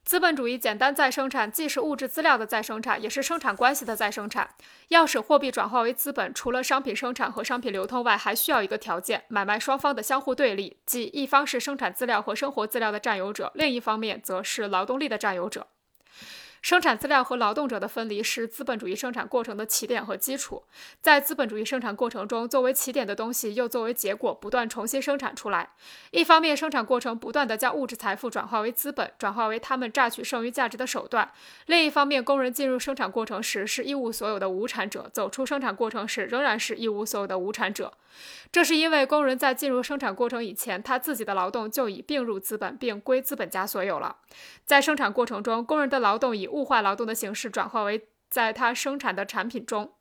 资本主义简单再生产既是物质资料的再生产，也是生产关系的再生产。要使货币转化为资本，除了商品生产和商品流通外，还需要一个条件：买卖双方的相互对立，即一方是生产资料和生活资料的占有者，另一方面则是劳动力的占有者。生产资料和劳动者的分离是资本主义生产过程的起点和基础。在资本主义生产过程中，作为起点的东西又作为结果不断重新生产出来。一方面，生产过程不断地将物质财富转化为资本，转化为他们榨取剩余价值的手段；另一方面，工人进入生产过程时是一无所有的无产者，走出生产过程时仍然是一无所有的无产者。这是因为工人在进入生产过程以前，他自己的劳动就已并入资本并归资本家所有了。在生产过程中，工人的劳动以物化劳动的形式转化为在他生产的产品中。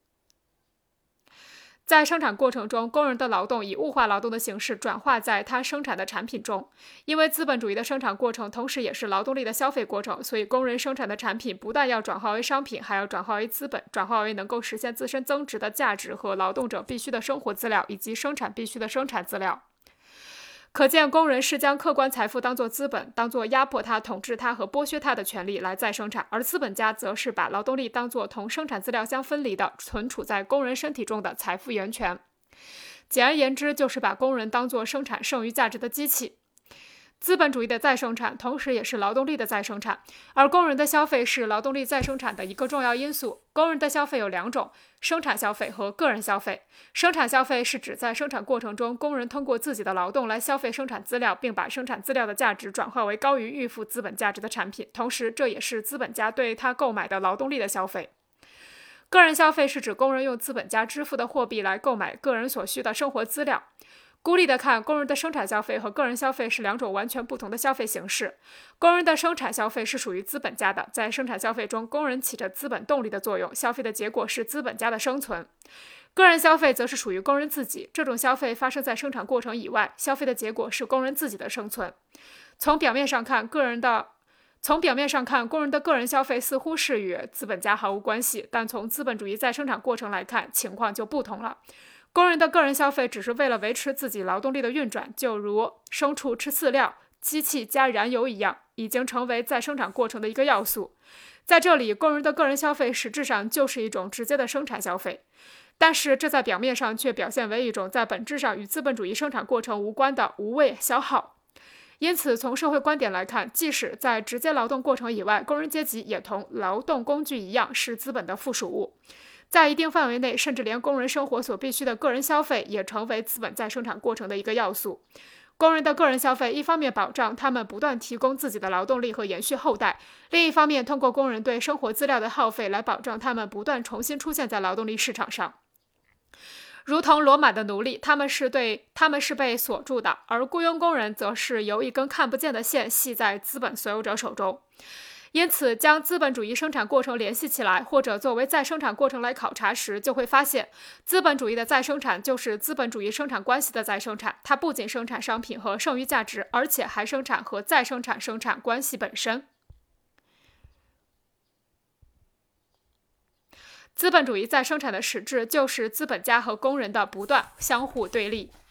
在生产过程中，工人的劳动以物化劳动的形式转化在他生产的产品中。因为资本主义的生产过程同时也是劳动力的消费过程，所以工人生产的产品不但要转化为商品，还要转化为资本，转化为能够实现自身增值的价值和劳动者必须的生活资料，以及生产必须的生产资料。可见，工人是将客观财富当作资本，当作压迫他、统治他和剥削他的权利来再生产，而资本家则是把劳动力当作同生产资料相分离的、存储在工人身体中的财富源泉。简而言之，就是把工人当作生产剩余价值的机器。资本主义的再生产同时也是劳动力的再生产，而工人的消费是劳动力再生产的一个重要因素。工人的消费有两种：生产消费和个人消费。生产消费是指在生产过程中，工人通过自己的劳动来消费生产资料，并把生产资料的价值转化为高于预付资本价值的产品，同时这也是资本家对他购买的劳动力的消费。个人消费是指工人用资本家支付的货币来购买个人所需的生活资料。孤立地看，工人的生产消费和个人消费是两种完全不同的消费形式。工人的生产消费是属于资本家的，在生产消费中，工人起着资本动力的作用，消费的结果是资本家的生存。个人消费则是属于工人自己，这种消费发生在生产过程以外，消费的结果是工人自己的生存。从表面上看，工人的个人消费似乎是与资本家毫无关系，但从资本主义再生产过程来看，情况就不同了。工人的个人消费只是为了维持自己劳动力的运转，就如牲畜吃饲料、机器加燃油一样，已经成为再生产过程的一个要素。在这里，工人的个人消费实质上就是一种直接的生产消费，但是这在表面上却表现为一种在本质上与资本主义生产过程无关的无谓消耗。因此，从社会观点来看，即使在直接劳动过程以外，工人阶级也同劳动工具一样是资本的附属物。在一定范围内，甚至连工人生活所必需的个人消费也成为资本再生产过程的一个要素。工人的个人消费一方面保障他们不断提供自己的劳动力和延续后代，另一方面通过工人对生活资料的耗费来保障他们不断重新出现在劳动力市场上。如同罗马的奴隶，他们是被锁住的，而雇佣工人则是由一根看不见的线系在资本所有者手中。因此，将资本主义生产过程联系起来，或者作为再生产过程来考察时，就会发现，资本主义的再生产就是资本主义生产关系的再生产。它不仅生产商品和剩余价值，而且还生产和再生产生产关系本身。资本主义再生产的实质就是资本家和工人的不断相互对立。